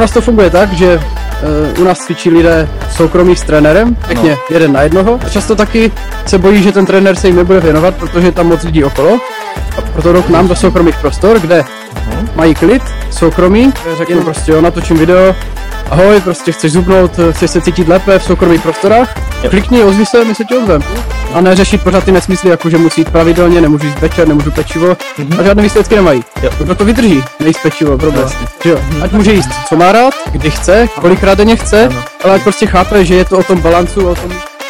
U nás to funguje tak, že u nás cvičí lidé soukromí s trenérem, pěkně jeden na jednoho. A často taky se bojí, že ten trenér se jim nebude věnovat, protože je tam moc lidí okolo. A proto jdou k nám do soukromých prostor, kde mají klid, soukromí, řeknu prostě natočím video, ahoj, prostě chceš zubnout, chceš se cítit lépe v soukromých prostorách, klikni, ozvi se, my se tě ozvem. A ne řešit pořád ty nesmysly, jako že musí jít pravidelně, nemůžu jíst večer, nemůžu pečivo, a žádné výsledky nemají. Kdo to vydrží, nejíst pečivo, problém. Ať může jíst, co má rád, kdy chce, kolikrát denně chce, ale ať prostě chápe, že je to o tom balancu, o tom.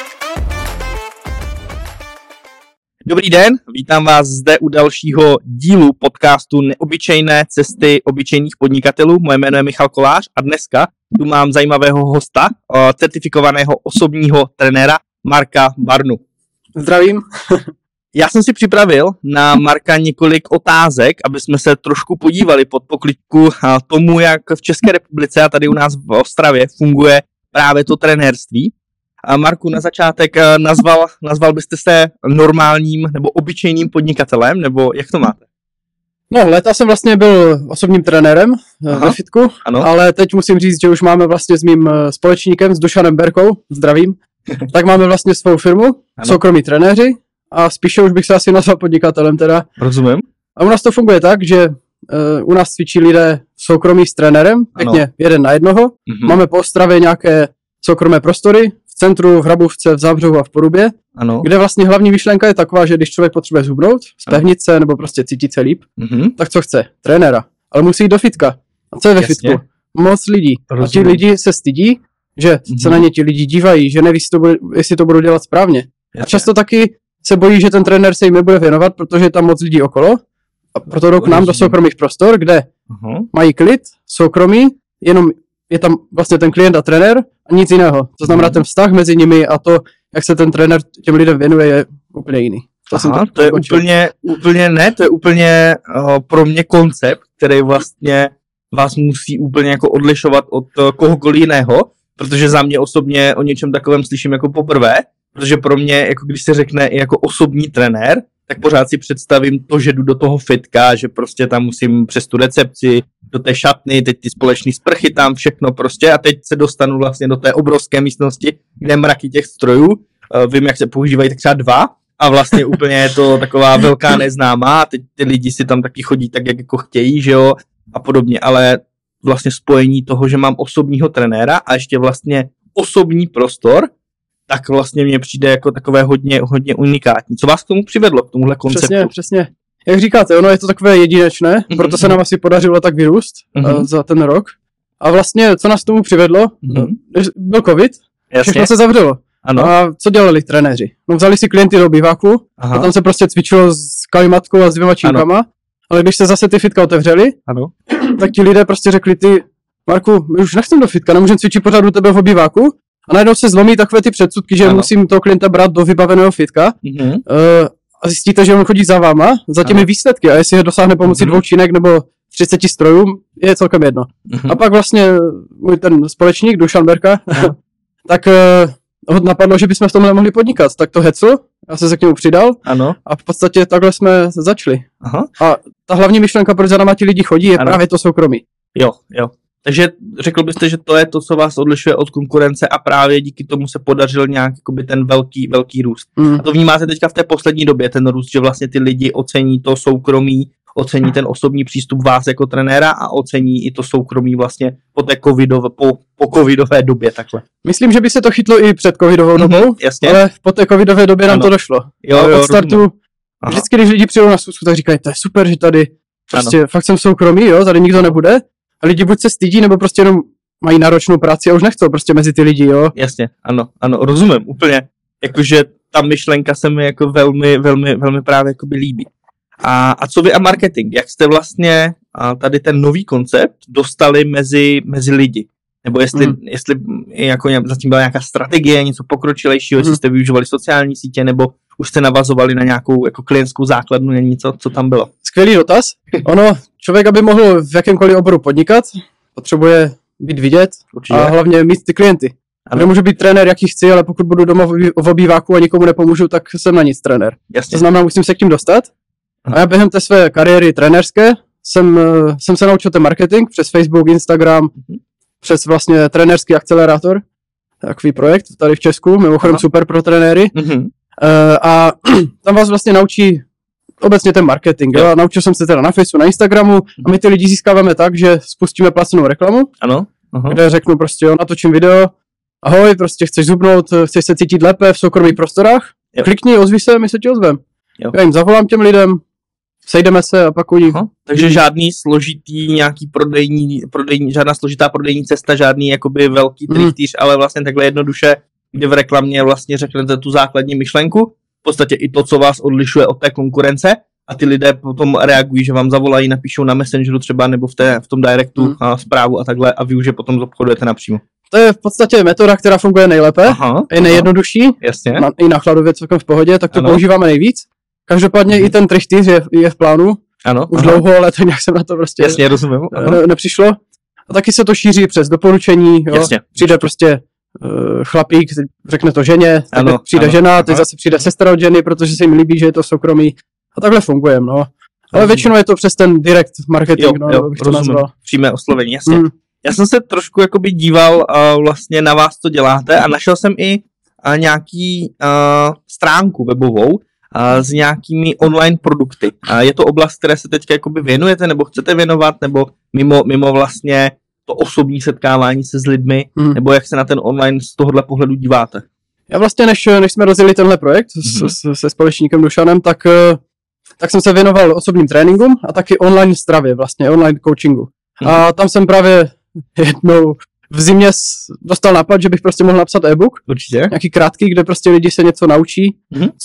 Dobrý den, vítám vás zde u dalšího dílu podcastu Neobyčejné cesty obyčejných podnikatelů. Moje jméno je Michal Kolář a dneska tu mám zajímavého hosta, certifikovaného osobního trenéra Marka Barnu. Zdravím. Já jsem si připravil na Marka několik otázek, aby jsme se trošku podívali pod pokličku tomu, jak v České republice a tady u nás v Ostravě funguje právě to trenérství. A Marku, na začátek nazval byste se normálním nebo obyčejným podnikatelem, nebo jak to máte? No, léta jsem vlastně byl osobním trenérem ve fitku, ale teď musím říct, že už máme vlastně s mým společníkem, s Dušanem Berkou, zdravím, tak máme vlastně svou firmu, soukromí trenéři a spíše už bych se asi nazval podnikatelem teda. Rozumím. A u nás to funguje tak, že u nás cvičí lidé soukromí s trenérem, pěkně jeden na jednoho. Máme po Ostravě nějaké soukromé prostory, v centru, v Hrabůvce, v Záhřebu a v Porubě, kde vlastně hlavní myšlenka je taková, že když člověk potřebuje zhubnout, zpevnit se nebo prostě cítit se líp, tak co chce? Trenéra. Ale musí jít do fitka. A co je ve fitku? Moc lidí. A ti lidi se stydí, že se na ně ti lidi dívají, že neví, jestli to budou dělat správně. A často taky se bojí, že ten trenér se jim nebude věnovat, protože je tam moc lidí okolo. A proto jdou k nám do soukromých prostor, kde mají klid, soukromí, jenom je tam vlastně ten klient a trenér a nic jiného. To znamená, ten vztah mezi nimi a to, jak se ten trenér těm lidem věnuje, je úplně jiný. To je úplně pro mě koncept, který vlastně vás musí úplně jako odlišovat od kohokoliv jiného, protože za mě osobně o něčem takovém slyším jako poprvé, protože pro mě, jako když se řekne i jako osobní trenér, tak pořád si představím to, že jdu do toho fitka, že prostě tam musím přes tu recepci, do té šatny, teď ty společné sprchy tam, všechno prostě a teď se dostanu vlastně do té obrovské místnosti, kde mraky těch strojů, vím, jak se používají tak třeba 2 a vlastně úplně je to taková velká neznámá a teď ty lidi si tam taky chodí tak, jak jako chtějí, že jo, a podobně, ale vlastně spojení toho, že mám osobního trenéra a ještě vlastně osobní prostor, tak vlastně mně přijde jako takové hodně unikátní. Co vás k tomu přivedlo, k tomuhle konceptu? Přesně. Jak říkáte, ono je to takové jedinečné, proto se nám asi podařilo tak vyrůst za ten rok. A vlastně, co nás k tomu přivedlo, byl covid, všechno se zavřelo. Ano. A co dělali trenéři? No, vzali si klienty do obýváku a tam se prostě cvičilo s kalimatkou a s 2 činkama, ale když se zase ty fitka otevřeli, tak ti lidé prostě řekli, ty, Marku, my už nechcem do fitka, nemůžeme cvičit pořád u tebe v obýváku. A najednou se zlomí takové ty předsudky, že musím toho klienta brát do vybaveného fitka a zjistíte, že on chodí za váma, za těmi výsledky a jestli je dosáhne pomocí 2 činek nebo 30 strojů, je celkem jedno. A pak vlastně můj ten společník, Dušan Berka, tak ho napadlo, že bychom v tomhle mohli podnikat. Tak to hecl, já jsem se k němu přidal a v podstatě takhle jsme začali. A ta hlavní myšlenka, proč za náma ti lidi chodí, je právě to soukromí. Jo. Takže řekl byste, že to je to, co vás odlišuje od konkurence a právě díky tomu se podařil nějak jakoby ten velký růst. A to vnímáte teďka v té poslední době, ten růst, že vlastně ty lidi ocení to soukromí, ocení ten osobní přístup vás jako trenéra a ocení i to soukromí vlastně po té po covidové době takhle. Myslím, že by se to chytlo i před covidovou dobou, ale po té covidové době nám to došlo. Od startu, vždycky, když lidi přijdou na schůzku, tak říkají, to je super, že tady prostě fakt jsem soukromý, jo, tady nikdo nebude. A lidi buď se stydí, nebo prostě jenom mají náročnou práci a už nechcou prostě mezi ty lidi, jo? Jasně, ano, rozumím, úplně. Jakože ta myšlenka se mi jako velmi právě jakoby líbí. A co vy a marketing? Jak jste vlastně tady ten nový koncept dostali mezi lidi? Nebo jestli jako zatím byla nějaká strategie, něco pokročilejšího, jestli jste využívali sociální sítě, nebo už jste navazovali na nějakou jako klientskou základnu, něco, co tam bylo? Skvělý dotaz. Ono, člověk, aby mohl v jakémkoliv oboru podnikat, potřebuje být vidět a hlavně mít ty klienty. Nemůžu být trenér, jaký chci, ale pokud budu doma v obýváku a nikomu nepomůžu, tak jsem na nic trenér. Jasně. To znamená, musím se k tím dostat. A já během té své kariéry trenérské jsem se naučil ten marketing přes Facebook, Instagram, přes vlastně trenérský akcelerátor, takový projekt tady v Česku, mimochodem super pro trenéry. A tam vás vlastně naučí obecně ten marketing. Jo? Naučil jsem se teda na Facebooku, na Instagramu a my ty lidi získáváme tak, že spustíme placenou reklamu, kde řeknu prostě, natočím video, ahoj, prostě chceš zubnout, chceš se cítit lépe v soukromých prostorách, klikni, ozvi se, my se ti ozvem. Já jim zavolám těm lidem, sejdeme se a pak u nich. Takže žádný složitý nějaký žádná složitá prodejní cesta, žádný jakoby velký trichtýř, ale vlastně takhle jednoduše, kdy v reklamě vlastně řeknete tu základní myšlenku, v podstatě i to, co vás odlišuje od té konkurence a ty lidé potom reagují, že vám zavolají, napíšou na Messengeru třeba nebo v tom directu zprávu a takhle a vy už je potom obchodujete napřímo. To je v podstatě metoda, která funguje nejlépe, je nejjednodušší, i na chladově celkem v pohodě, tak to používáme nejvíc. Každopádně i ten trichtýř je v plánu, už dlouho, ale tak nějak jsem na to prostě nepřišlo. A taky se to šíří přes doporučení, přijde prostě chlapík, řekne to ženě, tak přijde žena, teď zase přijde sestra od ženy, protože se jim líbí, že je to soukromý. A takhle fungujeme, no. Ale většinou je to přes ten direct marketing, jo, bych to nazval. Přímé oslovení, jasně. Já jsem se trošku jakoby díval vlastně na vás, co děláte a našel jsem i nějaký stránku webovou s nějakými online produkty. Je to oblast, které se teď jakoby věnujete nebo chcete věnovat, nebo mimo vlastně to osobní setkávání se s lidmi, nebo jak se na ten online z tohohle pohledu díváte? Já vlastně, než jsme rozjeli tenhle projekt se společníkem Dušanem, tak jsem se věnoval osobním tréninkům a taky online stravě, vlastně online coachingu. A tam jsem právě jednou v zimě dostal nápad, že bych prostě mohl napsat e-book. Určitě. Nějaký krátký, kde prostě lidi se něco naučí,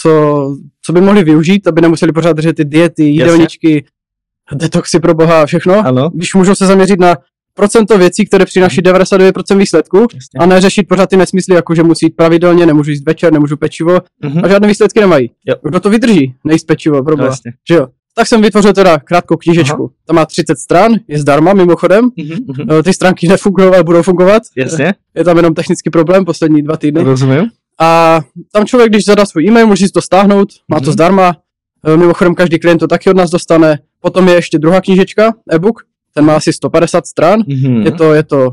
co by mohli využít, aby nemuseli pořád držet ty diety, jídelníčky, detoxy pro boha a všechno. Ano. Když můžou se zaměřit na procento věcí, které přináší 99% výsledku a neřešit pořád ty nesmysly, jako že musí jít pravidelně, nemůžu jíst večer, nemůžu pečivo a žádné výsledky nemají. Kdo to vydrží, nejíst pečivo, pro boha. Že jo. Tak jsem vytvořil teda krátkou knížečku. Tam má 30 stran, je zdarma mimochodem. Ty stránky nefungují, ale budou fungovat. Jasně. Je tam jenom technický problém poslední 2 týdny. Rozumím. A tam člověk, když zadá svůj e-mail, může si to stáhnout, má to zdarma. Mimochodem každý klient to taky od nás dostane. Potom je ještě druhá knížečka, e-book. Ten má asi 150 stran. Je to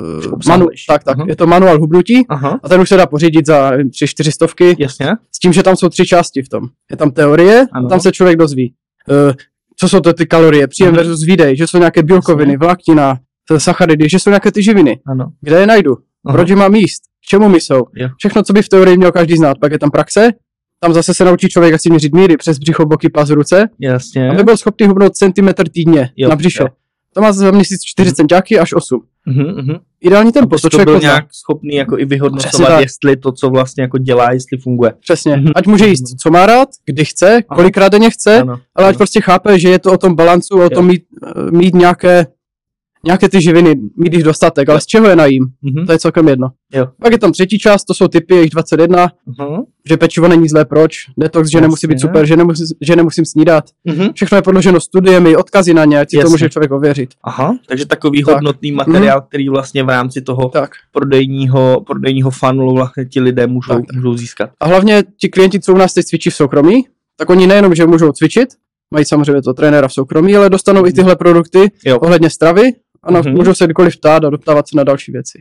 je to manuál hubnutí a ten už se dá pořídit za 3-4 stovky. Jasně. S tím, že tam jsou 3 části v tom. Je tam teorie a tam se člověk dozví. Co jsou to ty kalorie, příjem versus výdej, že jsou nějaké bílkoviny, vláknina, sacharidy, že jsou nějaké ty živiny. Kde je najdu? Proč je mám jíst? K čemu mi jsou? Všechno, co by v teorii měl každý znát. Pak je tam praxe. Tam zase se naučí člověk asi měřit míry přes břicho, boky, pas, ruce. Jasně. Aby byl schopný hubnout centimetr týdně na břiše. To má za měsíc 4 centiáky až 8. Ideální tempo. To člověk byl nějak schopný jako i vyhodnocovat, jestli to, co vlastně jako dělá, jestli funguje. Přesně. Ať může jíst, co má rád, kdy chce, kolikrát denně chce, ale ať prostě chápe, že je to o tom balancu, o tom mít nějaké ty živiny, mít jich dostatek, ale z čeho je najím? To je celkem jedno. Pak je tam třetí část, to jsou typy, jejich 21, že pečivo není zlé, proč, detox, že nemusí být super, že nemusím snídat. Všechno je podloženo studiemi, odkazy na ně, ať si to může člověk ověřit. Takže takový hodnotný materiál, který vlastně v rámci toho prodejního funnelu vlastně ti lidé můžou získat. A hlavně ti klienti, co u nás teď cvičí v soukromí, tak oni nejenom, že můžou cvičit, mají samozřejmě to trenéra v soukromí, ale dostanou i tyhle produkty ohledně stravy a můžou se kdykoliv ptát a doptávat se na další věci.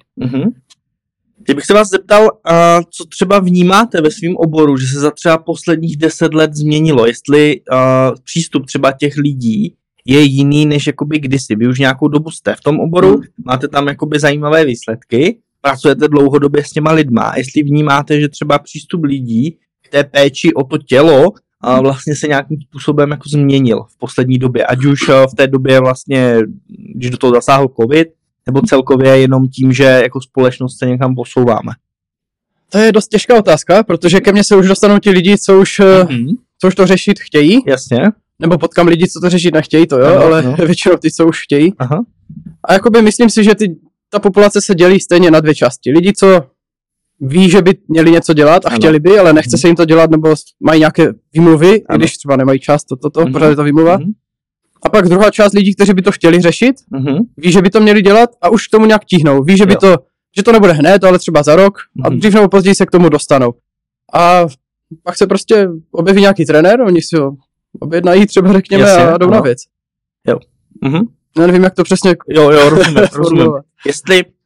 Teď bych se vás zeptal, co třeba vnímáte ve svém oboru, že se za třeba posledních 10 let změnilo, jestli přístup třeba těch lidí je jiný než jakoby kdysi. Vy už nějakou dobu jste v tom oboru, máte tam jakoby zajímavé výsledky, pracujete dlouhodobě s těma lidma, jestli vnímáte, že třeba přístup lidí k té péči o to tělo a vlastně se nějakým způsobem jako změnil v poslední době, ať už v té době vlastně, když do toho zasáhl covid, nebo celkově jenom tím, že jako společnost se někam posouváme? To je dost těžká otázka, protože ke mně se už dostanou ti lidi, co už to řešit chtějí. Jasně. Nebo potkám lidi, co to řešit nechtějí, to jo, ale většinou ty, co už chtějí. A jakoby myslím si, že ta populace se dělí stejně na 2 části. Lidi, co ví, že by měli něco dělat a chtěli by, ale nechce se jim to dělat, nebo mají nějaké výmluvy, i když třeba nemají čas, pořád je to výmluva. A pak druhá část lidí, kteří by to chtěli řešit, ví, že by to měli dělat a už k tomu nějak tíhnou. Ví, že to nebude hned, ale třeba za rok a dřív nebo později se k tomu dostanou. A pak se prostě objeví nějaký trenér, oni si ho objednají třeba řekněme a jdou na věc. Já nevím, jak to přesně... rozumím. Jestli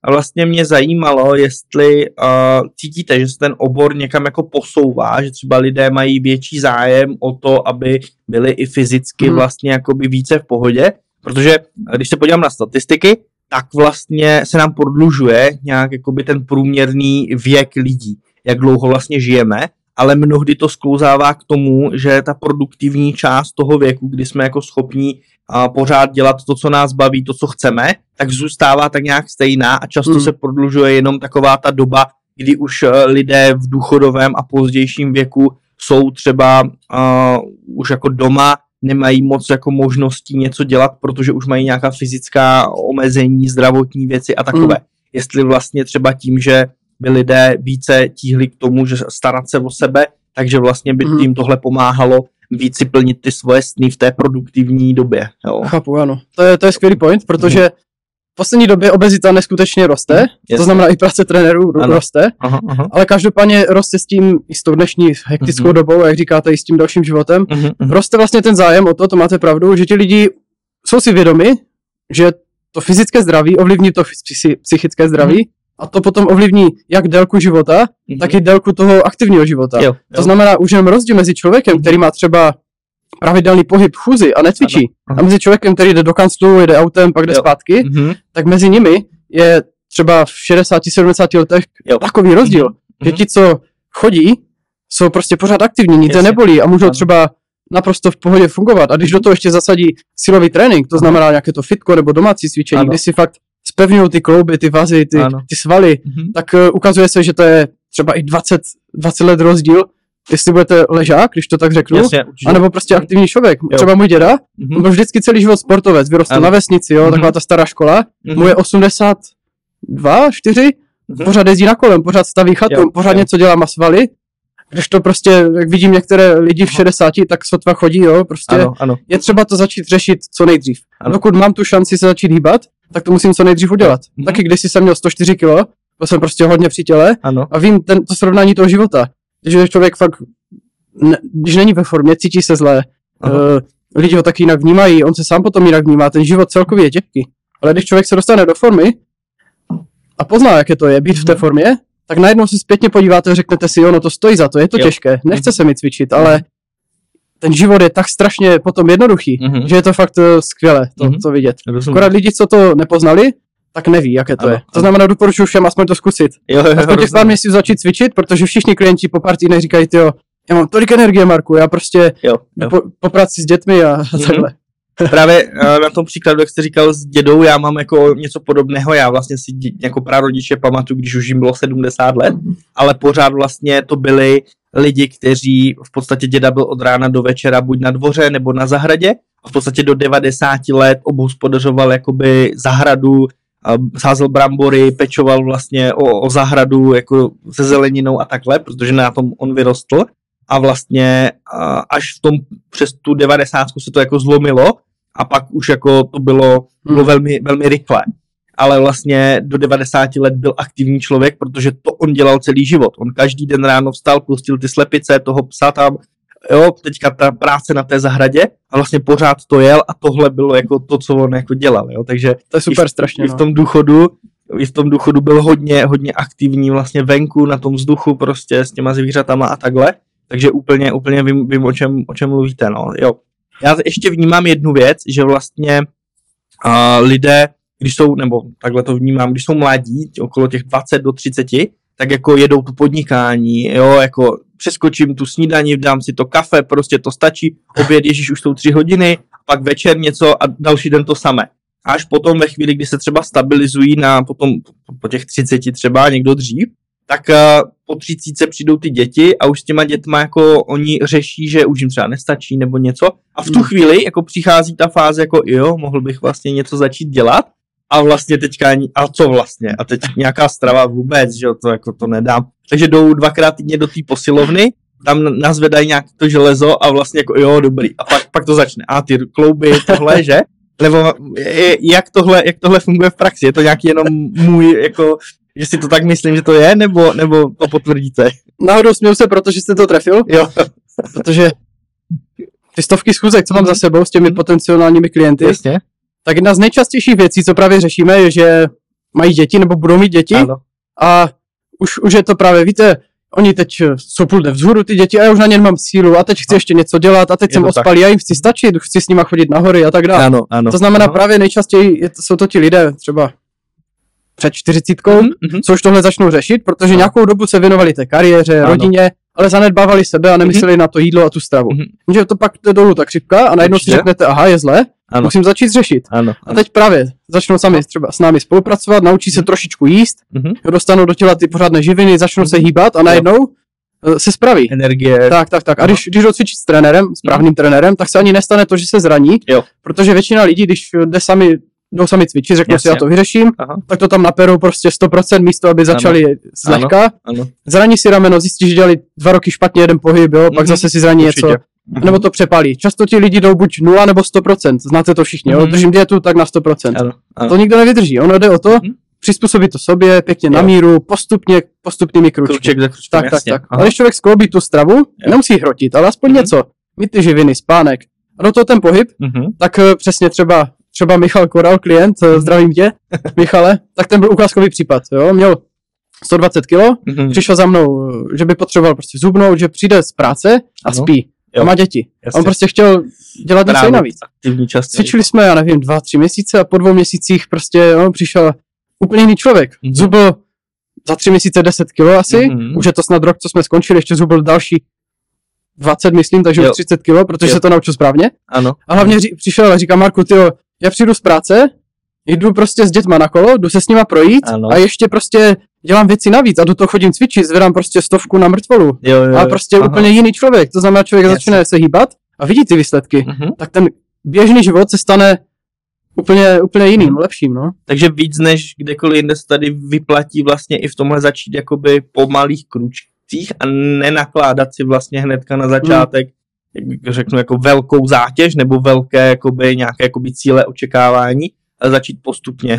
A vlastně mě zajímalo, jestli cítíte, že se ten obor někam jako posouvá, že třeba lidé mají větší zájem o to, aby byli i fyzicky vlastně jakoby více v pohodě, protože když se podívám na statistiky, tak vlastně se nám prodlužuje nějak jakoby ten průměrný věk lidí, jak dlouho vlastně žijeme, ale mnohdy to sklouzává k tomu, že ta produktivní část toho věku, kdy jsme jako schopní pořád dělat to, co nás baví, to, co chceme, tak zůstává tak nějak stejná a často se prodlužuje jenom taková ta doba, kdy už lidé v důchodovém a pozdějším věku jsou třeba už jako doma, nemají moc jako možností něco dělat, protože už mají nějaká fyzická omezení, zdravotní věci a takové. Jestli vlastně třeba tím, že by lidé více tíhli k tomu, že starat se o sebe, takže vlastně by jim tohle pomáhalo víc si plnit ty svoje sny v té produktivní době. Jo. Chápu, ano. To je skvělý point, protože v poslední době obezita neskutečně roste, to znamená i práce trenérů roste, ale každopádně roste s tím, i s tou dnešní hektickou dobou, jak říkáte, i s tím dalším životem, roste vlastně ten zájem o to máte pravdu, že ti lidi jsou si vědomi, že to fyzické zdraví ovlivní to psychické zdraví, a to potom ovlivní jak délku života, tak i délku toho aktivního života. Jo. To znamená už jenom rozdíl mezi člověkem, který má třeba pravidelný pohyb chůzi a necvičí, a mezi člověkem, který jde do kanclu, jede autem, pak jde zpátky, tak mezi nimi je třeba v 60-70 letech takový rozdíl, že ti, co chodí, jsou prostě pořád aktivní, nic je nebolí a můžou třeba naprosto v pohodě fungovat. A když do toho ještě zasadí silový trénink, to znamená nějaké to fitko nebo domácí cvičení, kdy si fakt zpevňují ty klouby, ty vazy, ty svaly, tak ukazuje se, že to je třeba i 20 let rozdíl, jestli budete ležák, když to tak řeknu, anebo prostě aktivní člověk. Třeba můj děda, on byl vždycky celý život sportovec, vyrostl na vesnici, jo, taková ta stará škola, mu je 82, 4, pořád jezdí na kolem, pořád staví chatu, pořád něco dělá, má svaly, když to prostě, jak vidím některé lidi v 60, tak sotva chodí, jo, prostě je třeba to začít řešit co nejdřív. Dokud mám tu šanci se začít hýbat, tak to musím co nejdřív udělat. Taky když jsem měl 104 kg, to jsem prostě hodně při těle a vím to srovnání toho života. Že člověk fakt, když není ve formě, cítí se zlé, lidi ho taky jinak vnímají, on se sám potom jinak vnímá, ten život celkově je těžký. Ale když člověk se dostane do formy a pozná, jaké to je být v té formě, tak najednou se zpětně podíváte a řeknete si, jo, no to stojí za to, je to těžké, nechce se mi cvičit, ale ten život je tak strašně potom jednoduchý, že je to fakt skvělé to vidět. Akorát lidi, co to nepoznali, tak neví, jaké to je. To znamená, doporučuji všem aspoň to zkusit. Aspoň těch pár měsíců začít cvičit, protože všichni klienti po pár týdnech říkají, jo, já mám tolik energie, Marku, já prostě po práci s dětmi a takhle. Právě na tom příkladu, jak jste říkal s dědou, já mám jako něco podobného, já vlastně si jako prarodiče pamatuju, když už jim bylo 70 let, ale pořád vlastně to byli lidi, kteří v podstatě děda byl od rána do večera buď na dvoře nebo na zahradě a v podstatě do 90 let obhospodařoval jakoby zahradu, sázel brambory, pečoval vlastně o zahradu jako se zeleninou a takhle, protože na tom on vyrostl a vlastně až v tom přes tu 90 se to jako zlomilo a pak už jako to bylo velmi, velmi rychlé. Ale vlastně do 90 let byl aktivní člověk, protože to on dělal celý život. On každý den ráno vstal, pustil ty slepice, toho psa tam, jo, teďka ta práce na té zahradě a vlastně pořád to jel a tohle bylo jako to, co on jako dělal, jo, takže to je super strašně, i v tom důchodu byl hodně aktivní vlastně venku na tom vzduchu prostě s těma zvířatama a takhle, takže úplně vím o čem mluvíte, no, jo. Já ještě vnímám jednu věc, že vlastně lidé, když jsou, nebo takhle to vnímám, když jsou mladí, okolo těch 20 do 30, tak jako jedou to podnikání, jo, jako přeskočím tu snídani, dám si to kafe, prostě to stačí, oběd, ježíš, už jsou 3 hodiny, pak večer něco a další den to samé. Až potom ve chvíli, kdy se třeba stabilizují po těch 30 třeba, někdo dřív, tak po 30 přijdou ty děti a už s těma dětma jako oni řeší, že už jim třeba nestačí nebo něco a v tu chvíli jako přichází ta fáze jako jo, mohl bych vlastně něco začít dělat a vlastně teďka a co vlastně a teď nějaká strava vůbec, že to jako to nedám. Takže jdou 2krát týdně do té posilovny, tam nazvedají nějak to železo a vlastně jako jo, dobrý a pak to začne a ty klouby, tohle, že? Nebo jak tohle funguje v praxi? Je to nějaký jenom můj jako že si to tak myslím, že to je, nebo to potvrdíte? Náhodou směju se, protože jste to trefil. Jo. Protože ty stovky schůzek, co mám za sebou s těmi potenciálními klienty, jasně, tak jedna z nejčastějších věcí, co právě řešíme, je, že mají děti nebo budou mít děti. Ano. A už je to právě, víte, oni teď jsou půl dne vzhůru ty děti a já už na ně nemám sílu a teď chci ještě něco dělat a teď jsem ospalý, já jim chci stačit, chci s nima chodit na hory a tak dále. Ano. To znamená právě nejčastěji jsou to ti lidé třeba před 40, co už tohle začnou řešit, protože nějakou dobu se věnovali té kariéře, rodině, ale zanedbávali sebe a nemysleli na to jídlo a tu stravu. Takže to pak jde dolů ta křivka a najednou si řeknete, aha, je zlé, musím začít řešit. A teď právě začnou sami třeba s námi spolupracovat, naučí se trošičku jíst, dostanou do těla ty pořádné živiny, začnou se hýbat a najednou se spraví. Energie. Tak. A když docvičí s trenérem, správným trenérem, tak se ani nestane to, že se zraní, protože většina lidí, když jdou sami cvičit, řeknou si, já to vyřeším, tak to tam naperou prostě 100% místo, aby začali zlehka. Zraní si rameno, zjistí, že dělali 2 roky špatně jeden pohyb, pak zase si zraní něco, nebo to přepálí. Často ti lidi jdou buď 0 nebo 100%, znáte to všichni, držím dietu tak na 100%. To nikdo nevydrží, ono jde o to, přizpůsobit to sobě, pěkně na míru, postupnými kručky. Tak. A když člověk skloubí tu stravu, nemusí hrotit, ale aspoň něco. Mít ty živiny, spánek. A do toho ten pohyb, tak přesně třeba Michal Koral, klient, zdravím tě, Michale, tak ten byl ukázkový případ, jo, měl 120 kg, přišel za mnou, že by potřeboval prostě zhubnout, že přijde z práce a spí. A má děti. A on prostě chtěl dělat něco navíc. Cvičili jsme, já nevím, 2-3 měsíce a po 2 měsících prostě přišel úplně jiný člověk. Zhubl za 3 měsíce 10 kg asi, už je to snad rok, co jsme skončili, ještě zhubl další 20, myslím, takže už 30 kg, protože se to naučil správně. A hlavně přišel a říká, Marku, tyjo, já přijdu z práce, jdu prostě s dětma na kolo, jdu se s nima projít a ještě prostě dělám věci navíc a do toho chodím cvičit, zvedám prostě 100 na mrtvolu. A prostě úplně jiný člověk, to znamená, člověk začne se hýbat a vidí ty výsledky. Tak ten běžný život se stane úplně jiným, lepším, no. Takže víc než kdekoliv jinde se tady vyplatí vlastně i v tomhle začít jakoby po malých kručcích a nenakládat si vlastně hnedka na začátek, jak řeknu, jako velkou zátěž nebo velké jakoby nějaké jakoby cíle očekávání, ale začít postupně.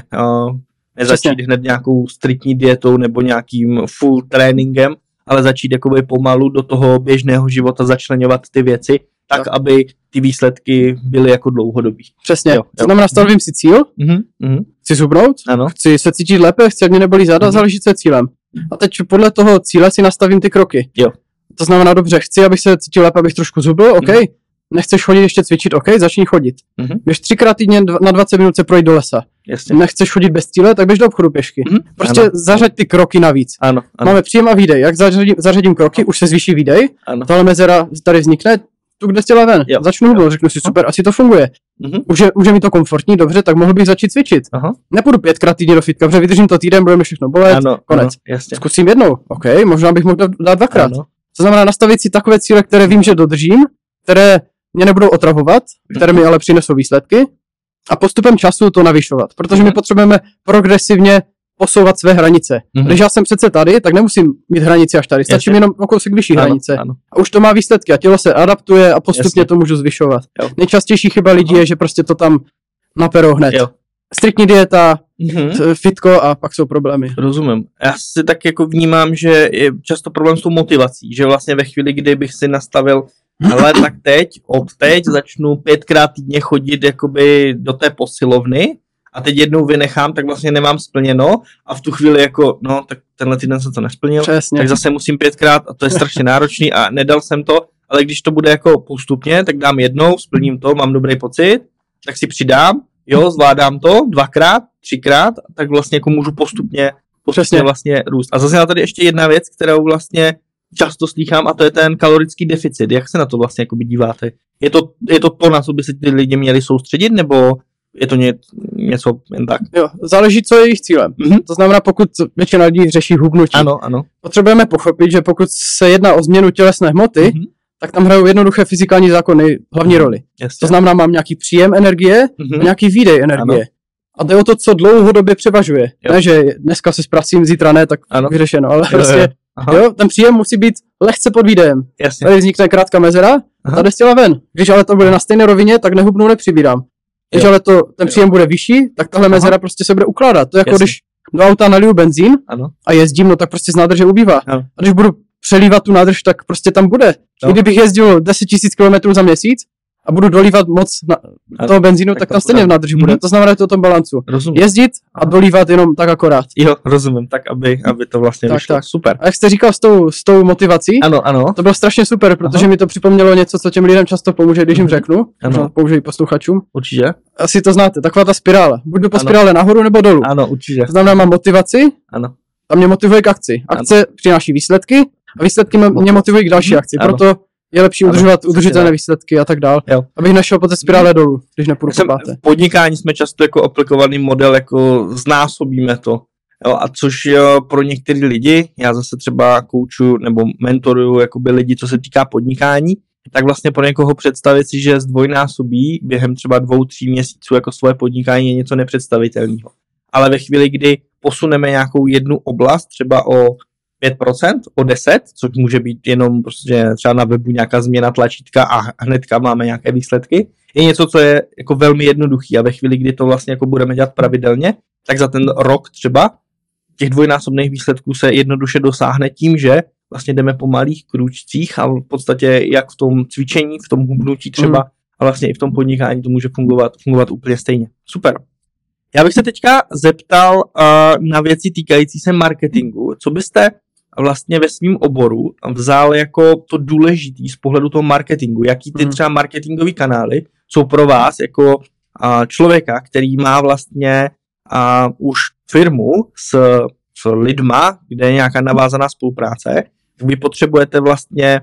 Nezačít hned nějakou striktní dietou nebo nějakým full tréninkem, ale začít jakoby pomalu do toho běžného života začleňovat ty věci, tak aby ty výsledky byly jako dlouhodobý. Přesně. To znamená, stanovím si cíl, chci zhubnout, chci se cítit lépe, chci, ať mě nebolí záda, záleží co je cílem. A teď podle toho cíle si nastavím ty kroky. To znamená, dobře, chci, abych se cítil lépe, abych trošku zhubl, OK. Nechceš chodit ještě cvičit, OK, začni chodit. Běž 3krát týdně na 20 minut se projít do lesa. Nechceš chodit bez cíle, tak běž do obchodu pěšky. Prostě zařaď ty kroky navíc. Máme příjem a výdej. Jak zařadím kroky, už se zvýší výdej, tahle mezera tady vznikne, tu kde stěla ven. Začnu hubnout, řeknu si super, asi to funguje. Už je mi to komfortní, dobře, tak mohl bych začít cvičit. Nepůjdu 5krát týdně do fitka, protože vydržím to týden, bude mi všechno bolet, konec. Zkusím jednou, OK, možná bych mohl dát 2krát. To znamená nastavit si takové cíle, které vím, že dodržím, které mě nebudou otravovat, které mi ale přinesou výsledky a postupem času to navyšovat, protože my potřebujeme progresivně posouvat své hranice. Když já jsem přece tady, tak nemusím mít hranici až tady, stačí mi jenom o kousek vyšší hranice. A už to má výsledky a tělo se adaptuje a postupně to můžu zvyšovat. Nejčastější chyba lidí je, že prostě to tam naperou hned. Striktní dieta, fitko a pak jsou problémy. Rozumím. Já si tak jako vnímám, že je často problém s tou motivací, že vlastně ve chvíli, kdy bych si nastavil ale tak od teď začnu 5krát týdně chodit jakoby do té posilovny a teď jednou vynechám, tak vlastně nemám splněno a v tu chvíli jako, no tak tenhle týden jsem to nesplnil, tak zase musím 5krát a to je strašně náročný a nedal jsem to, ale když to bude jako postupně, tak dám jednou, splním to, mám dobrý pocit, tak si přidám, zvládám to 2krát, 3krát, tak vlastně jako můžu postupně vlastně růst. A zase na tady ještě jedna věc, kterou vlastně často slýchám, a to je ten kalorický deficit. Jak se na to vlastně jakoby díváte? Je to, na co by se ty lidi měli soustředit, nebo je to něco jen tak? Jo, záleží, co je jejich cílem. To znamená, pokud většina lidí řeší hubnutí, potřebujeme pochopit, že pokud se jedná o změnu tělesné hmoty, tak tam hrajou jednoduché fyzikální zákony hlavní roli. To znamená, mám nějaký příjem energie a nějaký výdej energie. A jde o to, co dlouhodobě převažuje. Ne, že dneska se zpracím, zítra ne, tak vyřešeno, ale prostě ten příjem musí být lehce pod výdejem. Tady vznikne krátká mezera a jde z těla ven. Když ale to bude na stejné rovině, tak nehubnu, nepřibírám. Když ale ten příjem bude vyšší, tak tahle mezera prostě se bude ukládat. To je jako když do auta naliju benzín a jezdím, no tak prostě z nádrže ubývá. A když budu přelívat tu nádrž, tak prostě tam bude. I kdybych jezdil 10 000 km za měsíc a budu dolívat moc toho benzínu, tak tam stejně v nádrži bude. To znamená, že to o tom balancu. Rozumím. Jezdit a dolívat jenom tak akorát. Jo, rozumím, tak aby to vlastně vyšlo. Tak. Super. A jak jste říkal s tou motivací, ano. To bylo strašně super, protože mi to připomnělo něco, co těm lidem často pomůže, když jim řeknu. Možná použijí posluchačům. Určitě. Asi to znáte, taková ta spirála. Budu po spirále nahoru nebo dolů. Ano, určitě. To znamená, mám motivaci. Ano. A mě motivuje k akci. Akce přináší výsledky a výsledky mě motivují k další akci. Proto je lepší udržovat udržitelné výsledky a tak dál. Jo. Abych nešel po té spirále dolů, když nepůjdu po páté. V podnikání jsme často jako aplikovaný model, jako znásobíme to. Jo, a což pro některý lidi, já zase třeba kouču nebo mentoruju jakoby lidi, co se týká podnikání, tak vlastně pro někoho představit si, že zdvojnásobí během třeba 2-3 měsíců jako svoje podnikání je něco nepředstavitelného. Ale ve chvíli, kdy posuneme nějakou jednu oblast, třeba o 5%, o 10%, což může být jenom prostě třeba na webu nějaká změna tlačítka a hnedka máme nějaké výsledky, je něco, co je jako velmi jednoduchý a ve chvíli, kdy to vlastně jako budeme dělat pravidelně, tak za ten rok třeba těch dvojnásobných výsledků se jednoduše dosáhne tím, že vlastně jdeme po malých krůčcích a v podstatě jak v tom cvičení, v tom hubnutí třeba a vlastně i v tom podnikání to může fungovat úplně stejně. Super. Já bych se teďka zeptal na věci týkající se marketingu. Co byste vlastně ve svém oboru vzal jako to důležitý z pohledu toho marketingu? Jaký ty třeba marketingové kanály jsou pro vás jako člověka, který má vlastně už firmu s lidma, kde je nějaká navázaná spolupráce, vy potřebujete vlastně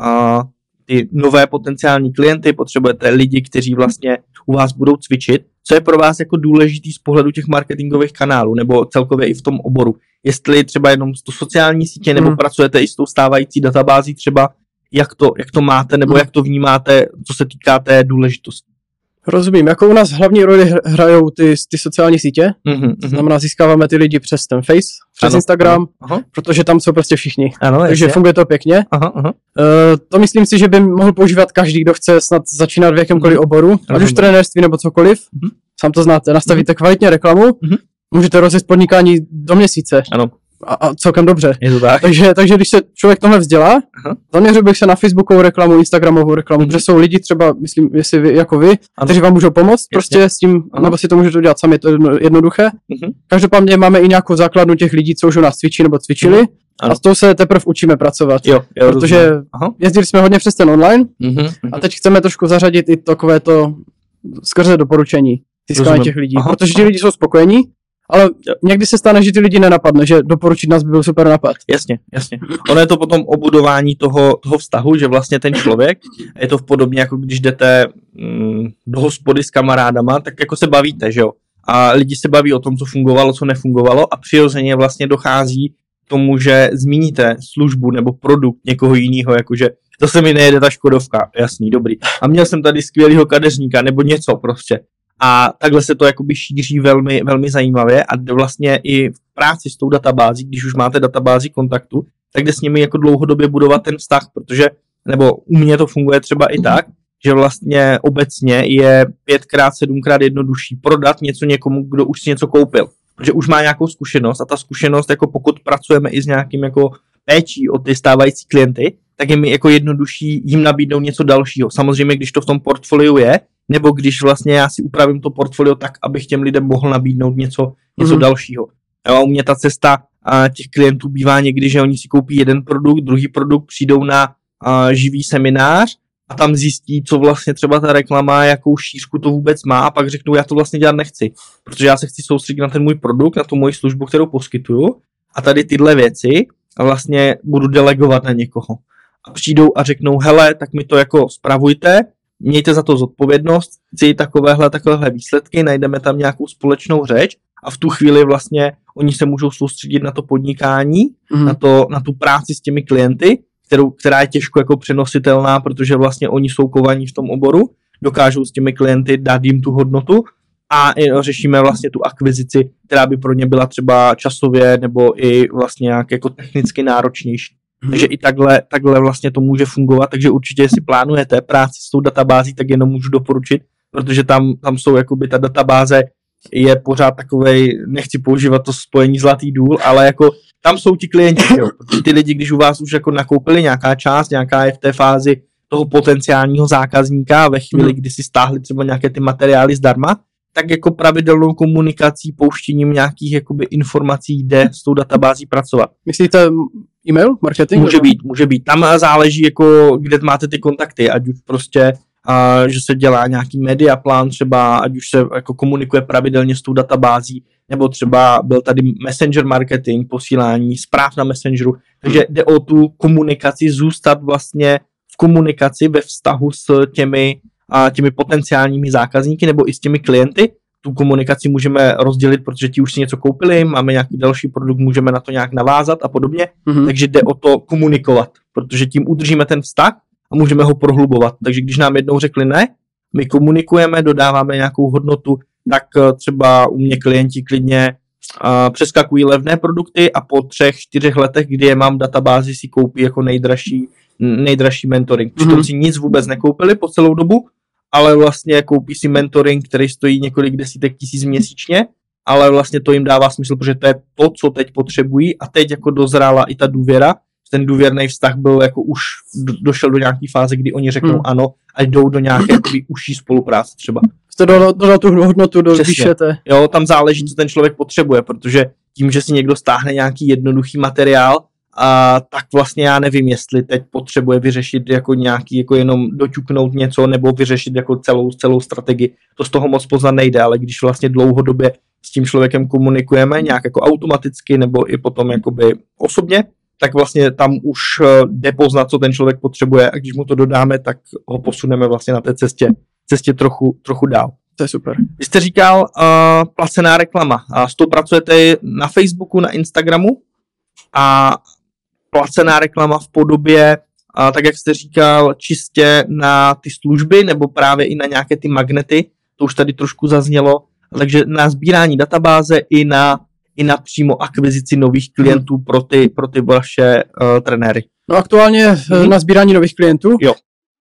ty nové potenciální klienty, potřebujete lidi, kteří vlastně u vás budou cvičit. Co je pro vás jako důležitý z pohledu těch marketingových kanálů, nebo celkově i v tom oboru? Jestli třeba jenom z to sociální sítě, nebo pracujete i s tou stávající databází třeba, jak to máte, nebo jak to vnímáte, co se týká té důležitosti? Rozumím, jako u nás hlavní roli hrajou ty sociální sítě, to znamená získáváme ty lidi přes ten Face, přes Instagram, protože tam jsou prostě všichni, takže funguje to pěkně. To myslím si, že by mohl používat každý, kdo chce snad začínat v jakémkoliv oboru, ať už trenérství nebo cokoliv, sám to znáte, nastavíte kvalitně reklamu, můžete rozjet podnikání do měsíce. Ano. A celkem dobře. Je to tak. Takže když se člověk tohle vzdělá, zaměřil bych se na Facebookovou reklamu, Instagramovou reklamu, protože jsou lidi třeba, myslím, jestli vy, jako vy, kteří vám můžou pomoct, prostě s tím, nebo si to můžete udělat sami, je to jednoduché. Každopádně máme i nějakou základnu těch lidí, co už u nás cvičí nebo cvičili, a s tou se teprve učíme pracovat. Protože jezdili jsme hodně přes ten online a teď chceme trošku zařadit i takové to skrze doporučení získání těch lidí, protože ti lidi jsou spokojení. Ale někdy se stane, že ty lidi nenapadne, že doporučit nás by byl super nápad. Jasně. Ono je to potom o budování toho vztahu, že vlastně ten člověk, je to podobně jako když jdete do hospody s kamarádama, tak jako se bavíte, že jo? A lidi se baví o tom, co fungovalo, co nefungovalo a přirozeně vlastně dochází k tomu, že zmíníte službu nebo produkt někoho jiného, jakože to se mi nejede ta Škodovka, jasný, dobrý. A měl jsem tady skvělýho kadeřníka nebo něco prostě. A takhle se to jakoby šíří velmi, velmi zajímavě a vlastně i v práci s tou databází, když už máte databázi kontaktu, tak jde s nimi jako dlouhodobě budovat ten vztah, protože, nebo u mě to funguje třeba i tak, že vlastně obecně je 5x, 7x jednodušší prodat něco někomu, kdo už si něco koupil, protože už má nějakou zkušenost a ta zkušenost, jako pokud pracujeme i s nějakým jako péčí o ty stávající klienty, tak je mi jako jednodušší jim nabídnout něco dalšího. Samozřejmě, když to v tom portfoliu je, nebo když vlastně já si upravím to portfolio tak, abych těm lidem mohl nabídnout něco dalšího. A u mě ta cesta těch klientů bývá někdy, že oni si koupí jeden produkt, druhý produkt, přijdou na živý seminář a tam zjistí, co vlastně třeba ta reklama, jakou šířku to vůbec má a pak řeknou, já to vlastně dělat nechci, protože já se chci soustředit na ten můj produkt, na tu moji službu, kterou poskytuju a tady tyhle věci vlastně budu delegovat na někoho. A přijdou a řeknou, hele, tak mi to jako spravujte, mějte za to zodpovědnost, chci takovéhle výsledky, najdeme tam nějakou společnou řeč a v tu chvíli vlastně oni se můžou soustředit na to podnikání, na tu práci s těmi klienty, která je těžko jako přenositelná, protože vlastně oni jsou kovaní v tom oboru, dokážou s těmi klienty dát jim tu hodnotu a řešíme vlastně tu akvizici, která by pro ně byla třeba časově nebo i vlastně nějak jako technicky náročnější. Takže i takhle vlastně to může fungovat, takže určitě, jestli plánujete práci s tou databází, tak jenom můžu doporučit, protože tam jsou jakoby ta databáze je pořád takovej, nechci používat to spojení zlatý důl, ale jako tam jsou ti klienti, jo. Ty lidi, když u vás už jako nakoupili nějaká část, nějaká je v té fázi toho potenciálního zákazníka ve chvíli, kdy si stáhli třeba nějaké ty materiály zdarma, tak jako pravidelnou komunikací, pouštěním nějakých jakoby informací jde s tou databází pracovat. Myslíte e-mail marketing? Může být. Tam záleží, jako, kde máte ty kontakty, ať už prostě, že se dělá nějaký media plán třeba, ať už se jako komunikuje pravidelně s tou databází, nebo třeba byl tady messenger marketing, posílání zpráv na messengeru, takže jde o tu komunikaci, zůstat vlastně v komunikaci ve vztahu s těmi potenciálními zákazníky nebo i s těmi klienty. Tu komunikaci můžeme rozdělit, protože ti už si něco koupili, máme nějaký další produkt, můžeme na to nějak navázat a podobně, takže jde o to komunikovat, protože tím udržíme ten vztah a můžeme ho prohlubovat. Takže když nám jednou řekli ne, my komunikujeme, dodáváme nějakou hodnotu, tak třeba u mě klienti klidně přeskakují levné produkty a po 3-4 letech, kdy je mám v databázi, si koupí jako nejdražší mentoring. Přitom si nic vůbec nekoupili po celou dobu, ale vlastně koupí si mentoring, který stojí několik desítek tisíc měsíčně, ale vlastně to jim dává smysl, protože to je to, co teď potřebují a teď jako dozrála i ta důvěra. Ten důvěrný vztah byl jako už došel do nějaké fáze, kdy oni řeknou ano a jdou do nějaké užší spolupráce třeba. Jste dodal tu hodnotu do výšete. Jo, tam záleží, co ten člověk potřebuje, protože tím, že si někdo stáhne nějaký jednoduchý materiál, tak vlastně já nevím, jestli teď potřebuje vyřešit jako nějaký, jako jenom doťuknout něco, nebo vyřešit jako celou strategii. To z toho moc poznat nejde, ale když vlastně dlouhodobě s tím člověkem komunikujeme nějak jako automaticky, nebo i potom jakoby osobně, tak vlastně tam už jde poznat, co ten člověk potřebuje a když mu to dodáme, tak ho posuneme vlastně na té cestě trochu dál. To je super. Vy jste říkal placená reklama. S tou pracujete na Facebooku, na Instagramu a placená reklama v podobě, tak jak jste říkal, čistě na ty služby nebo právě i na nějaké ty magnety, to už tady trošku zaznělo, takže na sbírání databáze i na přímo akvizici nových klientů pro ty vaše trenéry. No aktuálně na sbírání nových klientů, jo.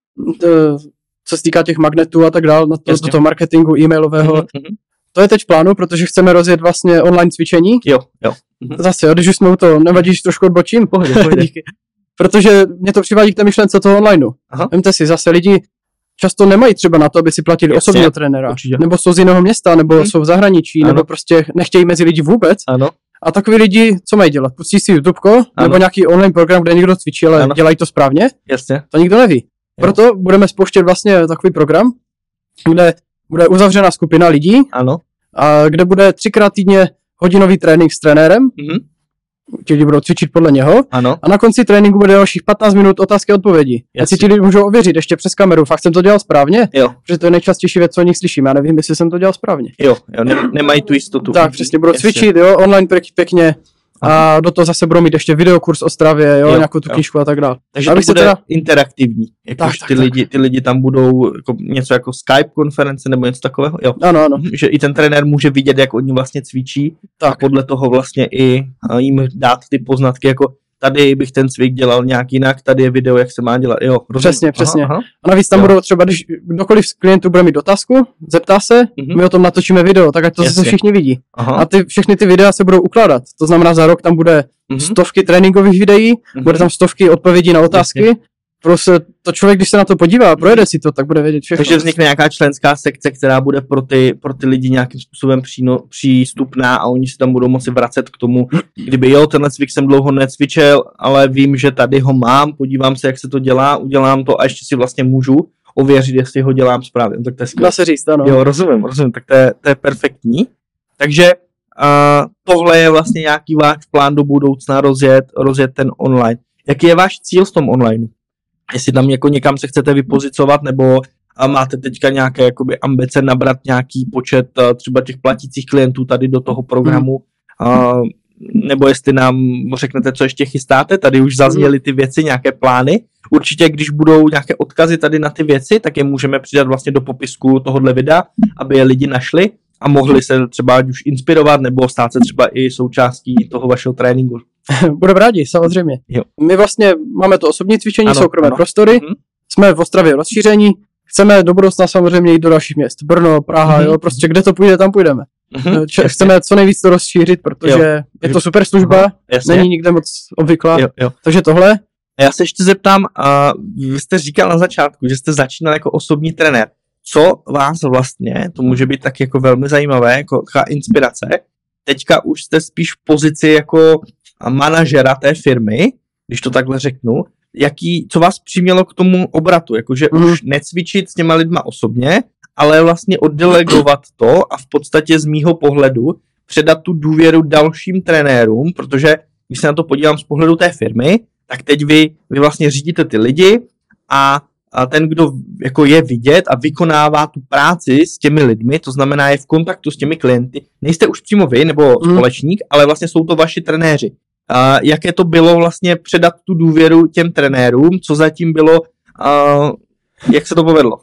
Co se týká těch magnetů a tak dále, do toho marketingu e-mailového, to je teď v plánu, protože chceme rozjet vlastně online cvičení. Jo. Zase, když už jsme u toho, nevadíš, trošku odbočím? Pohodě. Díky. Protože mě to přivádí k té myšlence toho onlineu. Vemte si, zase lidi často nemají třeba na to, aby si platili osobního trenéra. Určitě. Nebo jsou z jiného města, nebo jsou v zahraničí, nebo prostě nechtějí mezi lidi vůbec. Ano. A takový lidi, co mají dělat? Pustí si YouTubeko, nebo nějaký online program, kde někdo cvičí, ale dělají to správně? Jasně. To nikdo neví. Proto budeme spouštět vlastně takový program, kde bude uzavřená skupina lidí, a kde bude 3x týdně hodinový trénink s trenérem. Ti lidi budou cvičit podle něho. A na konci tréninku bude dalších 15 minut otázky a odpovědi. A si ti lidi můžou ověřit ještě přes kameru. Fakt jsem to dělal správně? Protože to je nejčastější věc, co o nich slyším. Já nevím, jestli jsem to dělal správně. Nemají tu jistotu. Tak, přesně, budou cvičit, online pěkně. A do toho zase budou mít ještě videokurs o stravě, nějakou tu knížku a tak dále. Takže to bude interaktivní. Ty lidi tam budou jako něco jako Skype konference nebo něco takového? Jo. Ano. Že i ten trenér může vidět, jak oni vlastně cvičí a podle toho vlastně i jim dát ty poznatky, jako tady bych ten cvik dělal nějak jinak, tady je video, jak se má dělat. Jo, přesně. A navíc tam budou třeba, když kdokoliv z klientů bude mít dotazku, zeptá se, my o tom natočíme video, tak ať to zase všichni vidí. A všechny ty videa se budou ukládat. To znamená, za rok tam bude stovky tréninkových videí, bude tam stovky odpovědí na otázky. Prostě to člověk, když se na to podívá, projede si to, tak bude vědět všechno. Takže vznikne nějaká členská sekce, která bude pro ty lidi nějakým způsobem přístupná a oni si tam budou moci vracet k tomu, kdyby tenhle cvik jsem dlouho necvičil, ale vím, že tady ho mám, podívám se, jak se to dělá, udělám to a ještě si vlastně můžu ověřit, jestli ho dělám správně. Tak to je skvělé. Dá se říct, ano. Jo, rozumím, tak to je perfektní. Takže tohle je vlastně nějaký váš plán do budoucna rozjet ten online. Jaký je váš cíl v tom online? Jestli tam jako někam se chcete vypozicovat, nebo máte teďka nějaké jakoby ambice nabrat nějaký počet třeba těch platících klientů tady do toho programu, nebo jestli nám řeknete, co ještě chystáte, tady už zazněly ty věci, nějaké plány. Určitě, když budou nějaké odkazy tady na ty věci, tak je můžeme přidat vlastně do popisku tohohle videa, aby je lidi našli a mohli se třeba už inspirovat, nebo stát se třeba i součástí toho vašeho tréninku. Budeme rádi, samozřejmě. Jo. My vlastně máme to osobní cvičení, soukromé prostory, jsme v Ostravě rozšíření, chceme do budoucna samozřejmě jít do dalších měst, Brno, Praha, prostě kde to půjde, tam půjdeme. Chceme co nejvíc to rozšířit, protože je to super služba, není nikde moc obvyklá, takže tohle. Já se ještě zeptám, vy jste říkal na začátku, že jste začínal jako osobní trenér. Co vás vlastně, to může být tak jako velmi zajímavé, jako inspirace, teďka už jste spíš v pozici jako manažera té firmy, když to takhle řeknu, co vás přimělo k tomu obratu, jakože už necvičit s těma lidma osobně, ale vlastně oddelegovat to a v podstatě z mýho pohledu předat tu důvěru dalším trenérům, protože když se na to podívám z pohledu té firmy, tak teď vy vlastně řídíte ty lidi a ten, kdo jako je vidět a vykonává tu práci s těmi lidmi, to znamená je v kontaktu s těmi klienty, nejste už přímo vy nebo společník, ale vlastně jsou to vaši trenéři. Jaké to bylo vlastně předat tu důvěru těm trenérům, co zatím bylo, jak se to povedlo?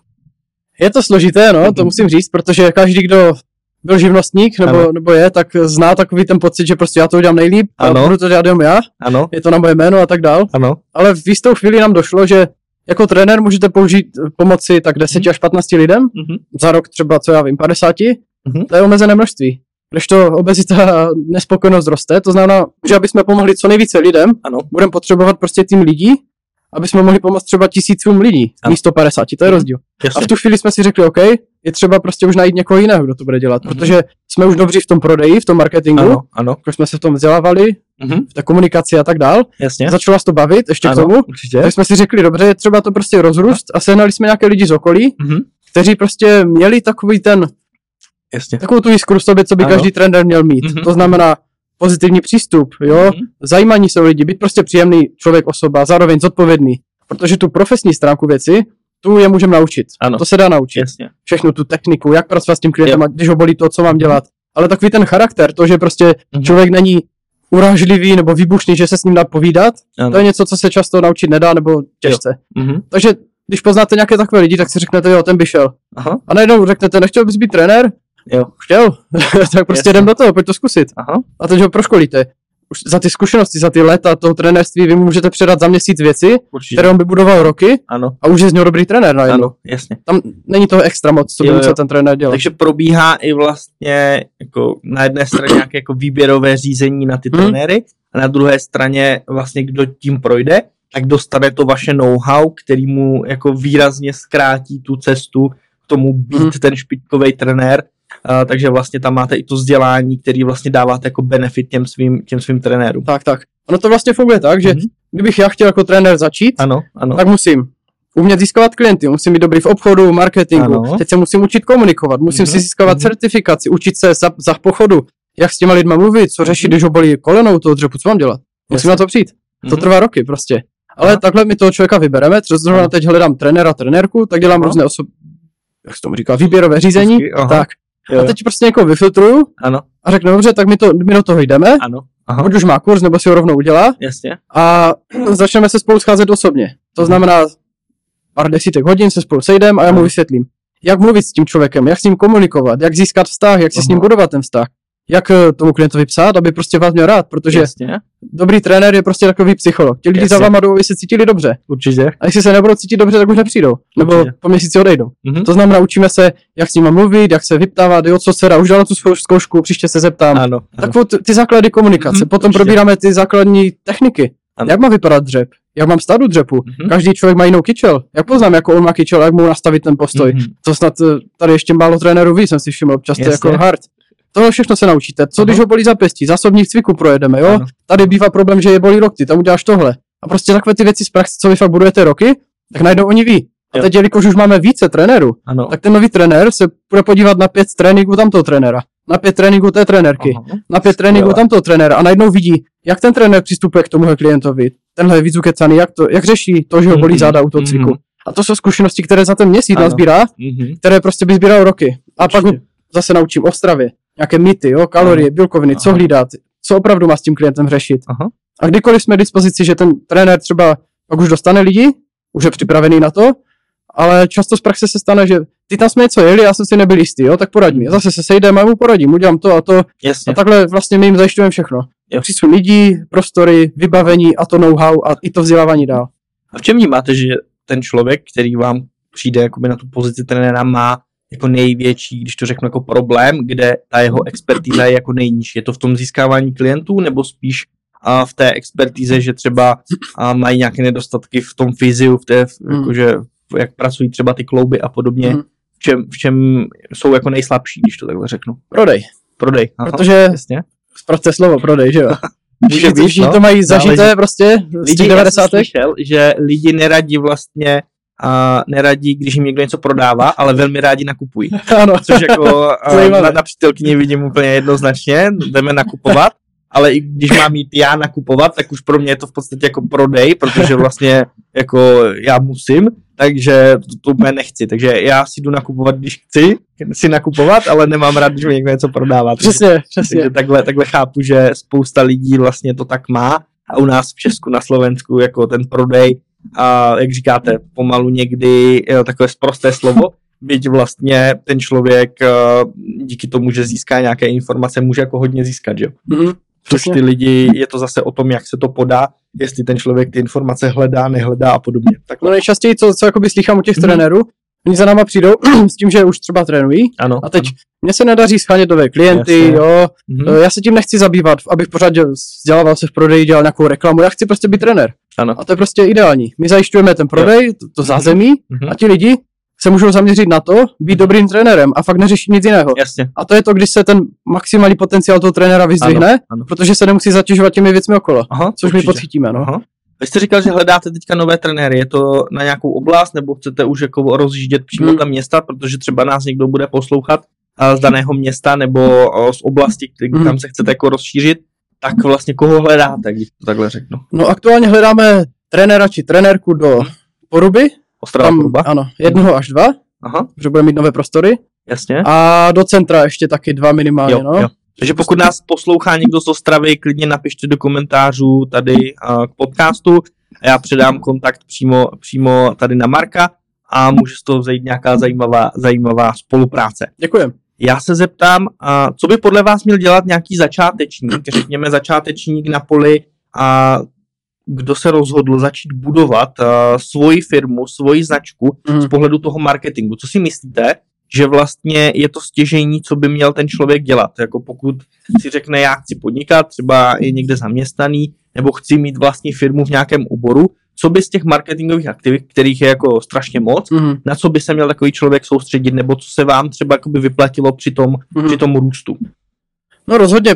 Je to složité, no, to musím říct, protože každý, kdo byl živnostník nebo je, tak zná takový ten pocit, že prostě já to udělám nejlíp a budu to dělat jenom já, je to na moje jméno a tak dál. Ale v jistou chvíli nám došlo, že jako trenér můžete pomoci tak 10 až 15 lidem, za rok třeba, co já vím, 50, to je omezené množství. Když to obezita nespokojenost roste, to znamená, že aby jsme pomohli co nejvíce lidem, budeme potřebovat prostě tým lidí, aby jsme mohli pomoct třeba 1000 lidí, místo 50, to je rozdíl. Jasně. A v tu chvíli jsme si řekli, OK, je třeba prostě už najít někoho jiného, kdo to bude dělat, protože jsme už dobří v tom prodeji, v tom marketingu, když jsme se v tom vzdělávali, v té komunikaci a tak dál. Jasně. Začalo nás to bavit ještě k tomu, tak jsme si řekli, dobře, je třeba to prostě rozrůst a sehnali jsme nějaké lidi z okolí, kteří prostě měli takový ten, takovou tu jiskru v sobě, co by každý trenér měl mít. To znamená pozitivní přístup, jo, zajímání se o lidi, být prostě příjemný člověk, osoba, zároveň zodpovědný, protože tu profesní stránku věci, tu je můžeme naučit. To se dá naučit. Všechnu tu techniku, jak pracovat s tím klientem, když ho bolí to, co mám dělat. Ale takový ten charakter, to, že prostě člověk není urážlivý nebo výbušný, že se s ním dá povídat, to je něco, co se často naučit nedá nebo těžce. Takže když poznáte nějaké takové lidi, tak si řeknete, jo, ten by šel. A najednou řeknete, nechtěl bys být trenér? Jo. Chtěl, tak prostě jdem do toho, pojď to zkusit. A teď ho proškolíte. Už za ty zkušenosti, za ty léta toho trenérství vy mu můžete předat za měsíc věci, které on by budoval roky a už je z něho dobrý trenér najednou. Tam není toho extra moc, co by musel ten trenér dělat. Takže probíhá i vlastně jako na jedné straně nějaké jako výběrové řízení na ty trenéry a na druhé straně vlastně kdo tím projde, tak dostane to vaše know-how, který mu jako výrazně zkrátí tu cestu k tomu být ten špičkový trenér. Takže vlastně tam máte i to vzdělání, který vlastně dáváte jako benefit těm svým trenérům. Tak. Ono to vlastně funguje tak, že kdybych já chtěl jako trenér začít, tak musím umět získávat klienty, musím být dobrý v obchodu, marketingu, teď se musím učit komunikovat, musím si získávat certifikaci, učit se za pochodu, jak s těma lidma mluvit, co řešit, když ho bolí kolenou, toho dřepu, co mám dělat. Musím na to přijít. To trvá roky prostě. Ale takhle my toho člověka vybereme, třeba zrovna teď hledám trenéra, trenérku, tak dělám různé jak se tomu říká, výběrové řízení, tak. A teď prostě někoho vyfiltruju a řeknu, dobře, tak my do toho jdeme, buď už má kurz, nebo si ho rovnou udělá a začneme se spolu scházet osobně. To znamená, pár desítek hodin se spolu sejdeme a já mu vysvětlím, jak mluvit s tím člověkem, jak s ním komunikovat, jak získat vztah, jak si s ním budovat ten vztah, jak tomu klientovi psát, aby prostě vás měl rád, protože dobrý trenér je prostě takový psycholog. Ti lidi za váma jdou, aby se cítili dobře. Určitě. A jestli se nebudou cítit dobře, tak už nepřijdou. Nebo po měsíci odejdou. To znamená, učíme se, jak s nima mluvit, jak se vyptávat, jo, co dcera už dala tu zkoušku, příště se zeptám. Tak ty základy komunikace. Potom probíráme ty základní techniky. Jak má vypadat dřep? Jak mám stát u dřepu? Každý člověk má jinou kyčel. Jak poznám, jako on má kyčel, jak mu nastavit ten postoj? To snad tady ještě málo trenérů ví, jsem si všiml, občas to jako hard. Tohle všechno se naučíte. Co když ho bolí zápěstí? Zásobník cviku projedeme, jo? Tady bývá problém, že je bolí lokty, tam uděláš tohle. A prostě takové ty věci z praxe, co vy fakt budujete roky, tak najednou oni ví. A teď, jelikož už máme více trenérů, tak ten nový trenér se bude podívat na 5 tréninků tamtoho trenéra, na 5 tréninků té trenérky, na 5 tréninků tamtoho trenéra a najednou vidí, jak ten trenér přistupuje k tomuhle klientovi. Tenhle je víc ukecaný, jak řeší to, že ho bolí záda u toho cviku. A to jsou zkušenosti, které za ten měsíc nazbírá, které prostě by sbíral roky. A pak zase naučím o stravě, nějaké mýty, jo, kalorie, bílkoviny, co hlídat, co opravdu má s tím klientem řešit. A kdykoliv jsme k dispozici, že ten trenér třeba pak už dostane lidi, už je připravený na to, ale často z praxe se stane, že ty tam jsme něco jeli, já jsem si nebyl jistý, jo, tak poraď mi. Zase se sejdeme a mu poradím, udělám to a to. A takhle vlastně my jim zajišťujeme všechno. Přísun lidí, prostory, vybavení a to know-how a i to vzdělávání dál. A v čem vnímáte, že ten člověk, který vám přijde jakoby na tu pozici trenéra, má jako největší, když to řeknu, jako problém, kde ta jeho expertíza je jako nejnižší? Je to v tom získávání klientů, nebo spíš v té expertíze, že třeba mají nějaké nedostatky v tom fyziu, jakože, jak pracují třeba ty klouby a podobně, v čem jsou jako nejslabší, když to takhle řeknu. Prodej. Aha, protože zprostě slovo prodej, že jo? Může být, no, to mají zažité prostě z těch 90. Já jsem slyšel, že lidi neradí, když jim někdo něco prodává, ale velmi rádi nakupují. Ano. Což jako na přítelkyni vidím úplně jednoznačně, jdeme nakupovat, ale i když mám jít já nakupovat, tak už pro mě je to v podstatě jako prodej, protože vlastně jako já musím, takže to úplně nechci. Takže já si jdu nakupovat, když chci si nakupovat, ale nemám rád, když mi někdo něco prodává. Přesně. Takže takhle chápu, že spousta lidí vlastně to tak má a u nás v Česku, na Slovensku jako ten prodej, a jak říkáte, pomalu někdy takové sprosté slovo, byť vlastně ten člověk díky tomu, že získá nějaké informace, může jako hodně získat, že jo? Což ty lidi, je to zase o tom, jak se to podá, jestli ten člověk ty informace hledá, nehledá a podobně. Takhle. No nejčastěji, co jakoby slychám u těch trenérů, oni za náma přijdou s tím, že už třeba trénují. Ano, a teď mně se nedaří schánět nové klienty, já se tím nechci zabývat, abych pořád vzdělával se v prodeji, dělal nějakou reklamu, já chci prostě být trenér. Ano. A to je prostě ideální. My zajišťujeme ten prodej, to zázemí a ti lidi se můžou zaměřit na to, být dobrým trenérem a fakt neřešit nic jiného. Jasně. A to je to, když se ten maximální potenciál toho trenéra vyzdvihne, protože se nemusí zatěžovat těmi věcmi okolo, což my podchytíme. No. Vy jste říkal, že hledáte teďka nové trenéry, je to na nějakou oblast, nebo chcete už jako rozjíždět přímo ta města, protože třeba nás někdo bude poslouchat z daného města nebo z oblasti, kam se chcete jako rozšířit, tak vlastně koho hledáte, když to takhle řeknu? No aktuálně hledáme trenéra či trenérku do Poruby. Ostrava Poruba? Ano, 1 až 2, že budeme mít nové prostory. Jasně. A do centra ještě taky 2 minimálně, jo. Takže pokud nás poslouchá někdo z Ostravy, klidně napište do komentářů tady k podcastu a já předám kontakt přímo tady na Marka a může z toho vzejít nějaká zajímavá spolupráce. Děkujem. Já se zeptám, co by podle vás měl dělat nějaký začátečník, řekněme začátečník na poli, kdo se rozhodl začít budovat svoji firmu, svoji značku z pohledu toho marketingu. Co si myslíte, že vlastně je to stěžejní, co by měl ten člověk dělat? Jako pokud si řekne, já chci podnikat, třeba je někde zaměstnaný, nebo chci mít vlastní firmu v nějakém oboru, co by z těch marketingových aktivit, kterých je jako strašně moc, na co by se měl takový člověk soustředit, nebo co se vám třeba jakoby vyplatilo při tom růstu? No rozhodně,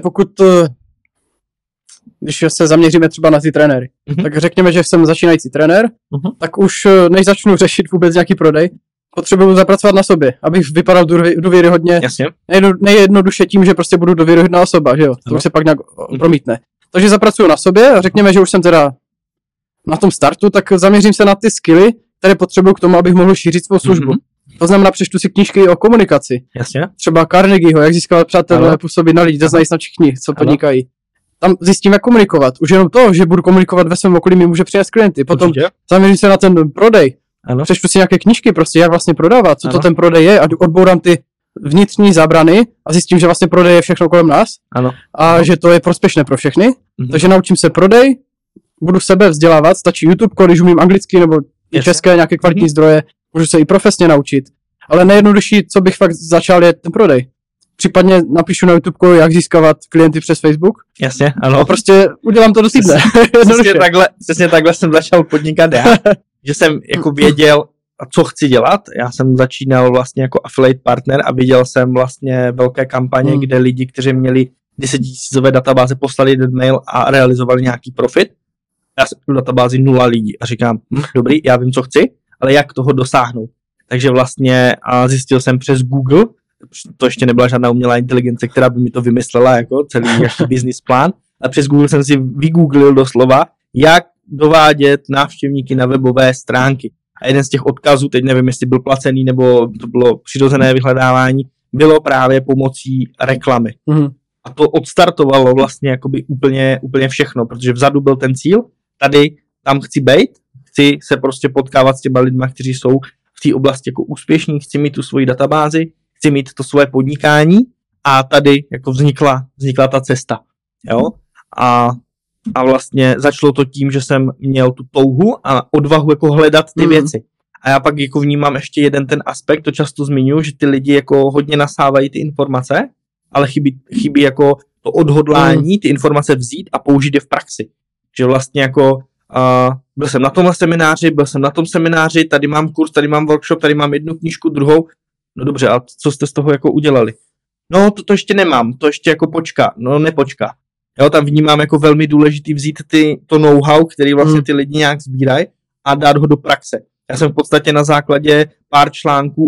když se zaměříme třeba na ty trenéry, tak řekněme, že jsem začínající trenér, tak už než začnu řešit vůbec nějaký prodej, potřebuju zapracovat na sobě, abych vypadal důvěryhodně. Jasně. Nejjednoduše tím, že prostě budu důvěryhodná osoba, že jo, to už se pak nějak promítne. Takže zapracuju na sobě a řekněme, že už jsem teda na tom startu, tak zaměřím se na ty skilly, které potřebuju k tomu, abych mohl šířit svou službu. To znamená, přečtu si knížky o komunikaci. Jasně. Třeba Carnegieho, jak získávat přátelé, působit na lidi, to znají snad všichni, co podnikají. Tam zjistím, jak komunikovat. Už jenom to, že budu komunikovat ve svém okolí, mi může přinést klienty. Potom zaměřím se na ten prodej. Přečtu si nějaké knížky, prostě jak vlastně prodávat, co to ten prodej je a odbourám ty vnitřní zábrany a zjistím, že vlastně prodej je všechno kolem nás a že to je prospěšné pro všechny. Takže naučím se prodej, budu sebe vzdělávat, stačí YouTube, když umím anglicky nebo české nějaké kvalitní zdroje, můžu se i profesně naučit. Ale nejjednodušší, co bych fakt začal, je ten prodej. Případně napíšu na YouTube, jak získávat klienty přes Facebook. Jasně, ano. A prostě udělám to do týdne. Přesně takhle jsem začal podnikat já. Že jsem jako věděl, co chci dělat. Já jsem začínal vlastně jako affiliate partner a viděl jsem vlastně velké kampaně, kde lidi, kteří měli 10 000 databáze, poslali jeden mail a realizovali nějaký profit. Já jsem v databázi 0 lidí a říkám, dobrý, já vím, co chci, ale jak toho dosáhnout. Takže vlastně zjistil jsem přes Google, to ještě nebyla žádná umělá inteligence, která by mi to vymyslela jako celý jako business plán, a přes Google jsem si vygooglil doslova, jak dovádět návštěvníky na webové stránky. A jeden z těch odkazů, teď nevím, jestli byl placený nebo to bylo přirozené vyhledávání, bylo právě pomocí reklamy. A to odstartovalo vlastně jakoby úplně všechno, protože vzadu byl ten cíl, tam chci bejt, chci se prostě potkávat s těma lidma, kteří jsou v té oblasti jako úspěšní, chci mít tu svoji databázi, chci mít to svoje podnikání a tady jako vznikla ta cesta. Jo? A vlastně začalo to tím, že jsem měl tu touhu a odvahu jako hledat ty věci. A já pak jako vnímám ještě jeden ten aspekt, to často zmiňuji, že ty lidi jako hodně nasávají ty informace, ale chybí jako to odhodlání, ty informace vzít a použít je v praxi. Že vlastně jako byl jsem na tomhle semináři, byl jsem na tom semináři, tady mám kurz, tady mám workshop, tady mám jednu knížku, druhou. No dobře, a co jste z toho jako udělali? No to ještě nemám, to ještě jako počká. No nepočká. Jo, tam vnímám jako velmi důležitý vzít to know-how, který vlastně ty lidi nějak sbírají a dát ho do praxe. Já jsem v podstatě na základě pár článků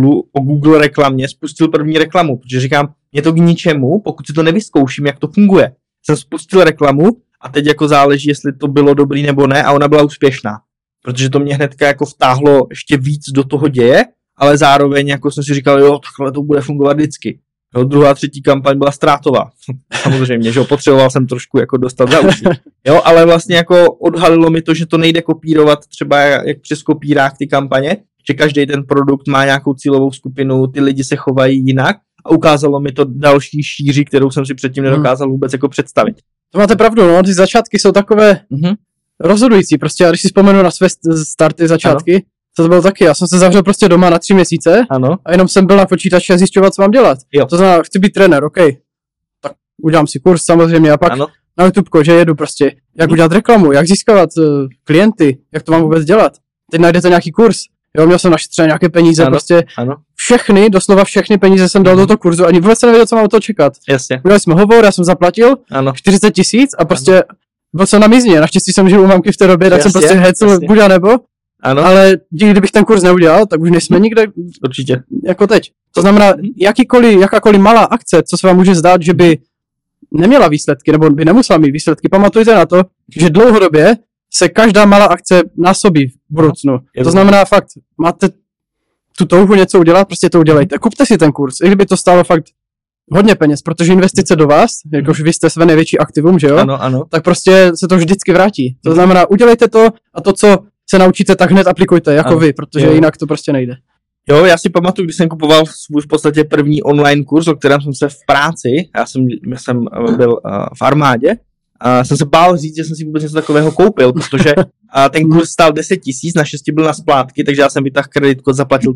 o Google reklamě spustil první reklamu, protože říkám, je to k ničemu, pokud si to nevyzkouším, jak to funguje. Jsem spustil reklamu a teď jako záleží, jestli to bylo dobrý nebo ne a ona byla úspěšná. Protože to mě hnedka jako vtáhlo ještě víc do toho děje, ale zároveň jako jsem si říkal, jo, takhle to bude fungovat vždycky. Jo, druhá, třetí kampaň byla ztrátová. Samozřejmě, že potřeboval jsem trošku jako dostat za uši. Jo, ale vlastně jako odhalilo mi to, že to nejde kopírovat třeba jak přes kopírák ty kampaně, že každý ten produkt má nějakou cílovou skupinu, ty lidi se chovají jinak a ukázalo mi to další šíři, kterou jsem si předtím nedokázal vůbec jako představit. To máte pravdu, no, ty začátky jsou takové rozhodující, prostě já když si vzpomenu na své starty, začátky, to bylo taky, já jsem se zavřel prostě doma na 3 měsíce a jenom jsem byl na počítači a zjišťovat, co mám dělat. Jo. To znamená, chci být trenér, OK, tak udělám si kurz samozřejmě a pak na YouTube, že jedu prostě, jak udělat reklamu, jak získávat klienty, jak to mám vůbec dělat. Teď najdete nějaký kurz, jo, měl jsem našetřené nějaké peníze, prostě všechny, doslova všechny peníze jsem dal do toho kurzu, ani vůbec jsem nevěděl, co mám od toho čekat. Jasně. Udělali jsme hovor, já jsem zaplatil 40 000 a prostě byl jsem na mizně, naštěstí jsem žil u mamky v té době, tak jsem prostě hecl buď a nebo. Ano. Ale kdybych ten kurz neudělal, tak už nejsme nikde určitě jako teď. To znamená, jakákoliv malá akce, co se vám může zdát, že by neměla výsledky, nebo by nemusela mít výsledky, pamatujte na to, že dlouhodobě se každá malá akce násobí v budoucnu. To znamená fakt, máte tu touhu něco udělat, prostě to udělejte. Kupte si ten kurz, i kdyby to stálo fakt hodně peněz, protože investice do vás, jakož vy jste své největší aktivum, že jo? Ano. Tak prostě se to vždycky vrátí. To znamená, udělejte to a to, co se naučíte, tak hned aplikujte, jako vy, protože jinak to prostě nejde. Jo, já si pamatuju, když jsem kupoval svůj v podstatě první online kurz, o kterém jsem se v práci, já jsem byl v armádě, a jsem se bál říct, že jsem si vůbec něco takového koupil, protože ten kurz stál 10 000, na 6 byl na splátky, takže já jsem vytáhl kreditkód,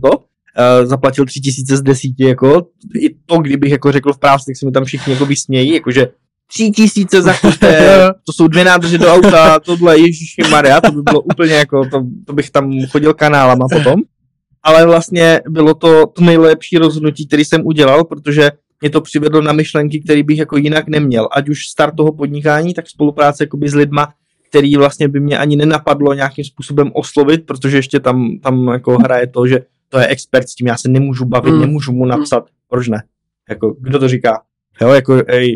zaplatil 3 000 z 10, jako, i to, kdybych jako řekl v práci, tak se mi tam všichni jako vysmějí, jakože 3 000 za kurz, to jsou 2 nádrže do auta, tohle, ježišimarja, to by bylo úplně jako, to bych tam chodil kanálama potom. Ale vlastně bylo to nejlepší rozhodnutí, který jsem udělal, protože mě to přivedlo na myšlenky, které bych jako jinak neměl. Ať už start toho podnikání, tak spolupráce jakoby s lidma, který vlastně by mě ani nenapadlo nějakým způsobem oslovit, protože ještě tam jako hraje to, že to je expert, s tím já se nemůžu bavit, nemůžu mu napsat, proč ne? Jako, kdo to říká? Jo, jako,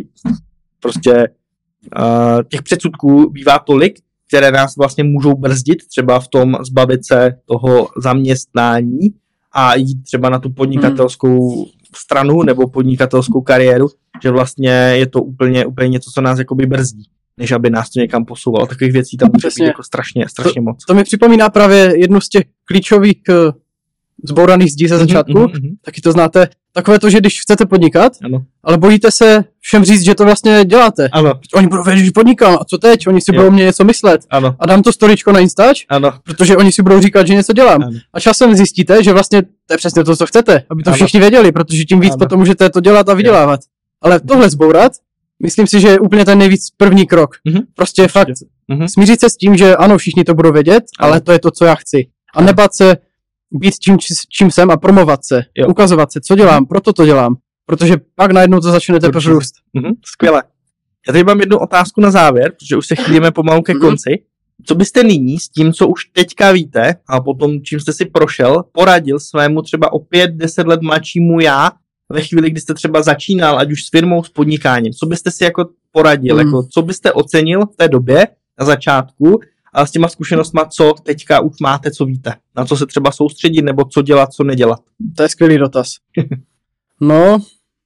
prostě těch předsudků bývá tolik, které nás vlastně můžou brzdit, třeba v tom zbavit se toho zaměstnání a jít třeba na tu podnikatelskou stranu nebo podnikatelskou kariéru, že vlastně je to úplně něco, co nás jakoby brzdí, než aby nás to někam posouvalo. Takových věcí tam může být jako strašně moc. To mi připomíná právě jednu z těch klíčových zbouraných zdí ze začátku, taky to znáte, takové to, že když chcete podnikat, ale bojíte se všem říct, že to vlastně děláte. Ano. Oni budou vědět, že podnikám, a co teď? Oni si budou mě něco myslet. Ano. A dám to storyčko na Instač, protože oni si budou říkat, že něco dělám. Ano. A časem zjistíte, že vlastně to je přesně to, co chcete, aby to všichni věděli, protože tím víc potom můžete to dělat a vydělávat. Ale tohle zbourat, myslím si, že je úplně ten nejvíc první krok. Prostě fakt smířit se s tím, že ano, všichni to budou vědět, ale to je to, co já chci. A nebát se být čím jsem a promovat se, ukazovat se, co dělám, proto to dělám, protože pak najednou to začne teprve růst. Skvěle. Já tady mám jednu otázku na závěr, protože už se chýlíme pomalu ke konci. Co byste nyní s tím, co už teďka víte a potom, čím jste si prošel, poradil svému třeba o 5-10 let mladšímu já ve chvíli, kdy jste třeba začínal, ať už s firmou, s podnikáním? Co byste si jako poradil, jako co byste ocenil v té době na začátku a s těma zkušenostma, co teďka už máte, co víte? Na co se třeba soustředit, nebo co dělat, co nedělat? To je skvělý dotaz. No,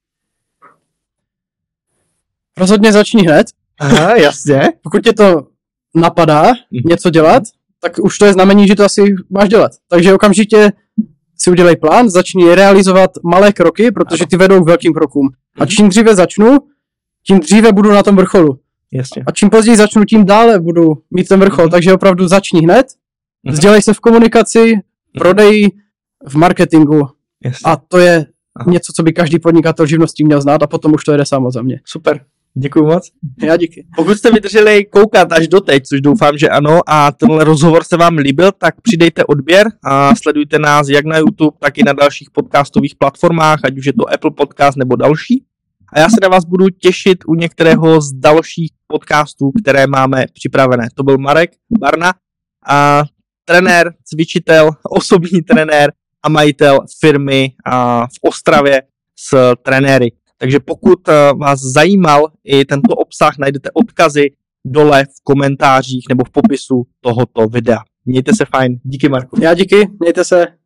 rozhodně začni hned. Aha, jasně. Pokud tě to napadá něco dělat, tak už to je znamení, že to asi máš dělat. Takže okamžitě si udělej plán, začni realizovat malé kroky, protože ty vedou k velkým krokům. A čím dříve začnu, tím dříve budu na tom vrcholu. Jasně. A čím později začnu, tím dále budu mít ten vrchol. Takže opravdu začni hned, vzdělej se v komunikaci, prodeji, v marketingu. Jasně. A to je něco, co by každý podnikatel živností měl znát a potom už to jede samo za mě. Super. Děkuju moc. Já díky. Pokud jste vydrželi koukat až doteď, což doufám, že ano, a tenhle rozhovor se vám líbil, tak přidejte odběr a sledujte nás jak na YouTube, tak i na dalších podcastových platformách, ať už je to Apple Podcast nebo další. A já se na vás budu těšit u některého z dalších podcastů, které máme připravené. To byl Marek Barna, a trenér, cvičitel, osobní trenér a majitel firmy v Ostravě s trenéry. Takže pokud vás zajímal i tento obsah, najdete odkazy dole v komentářích nebo v popisu tohoto videa. Mějte se fajn. Díky, Marku. Já díky, mějte se.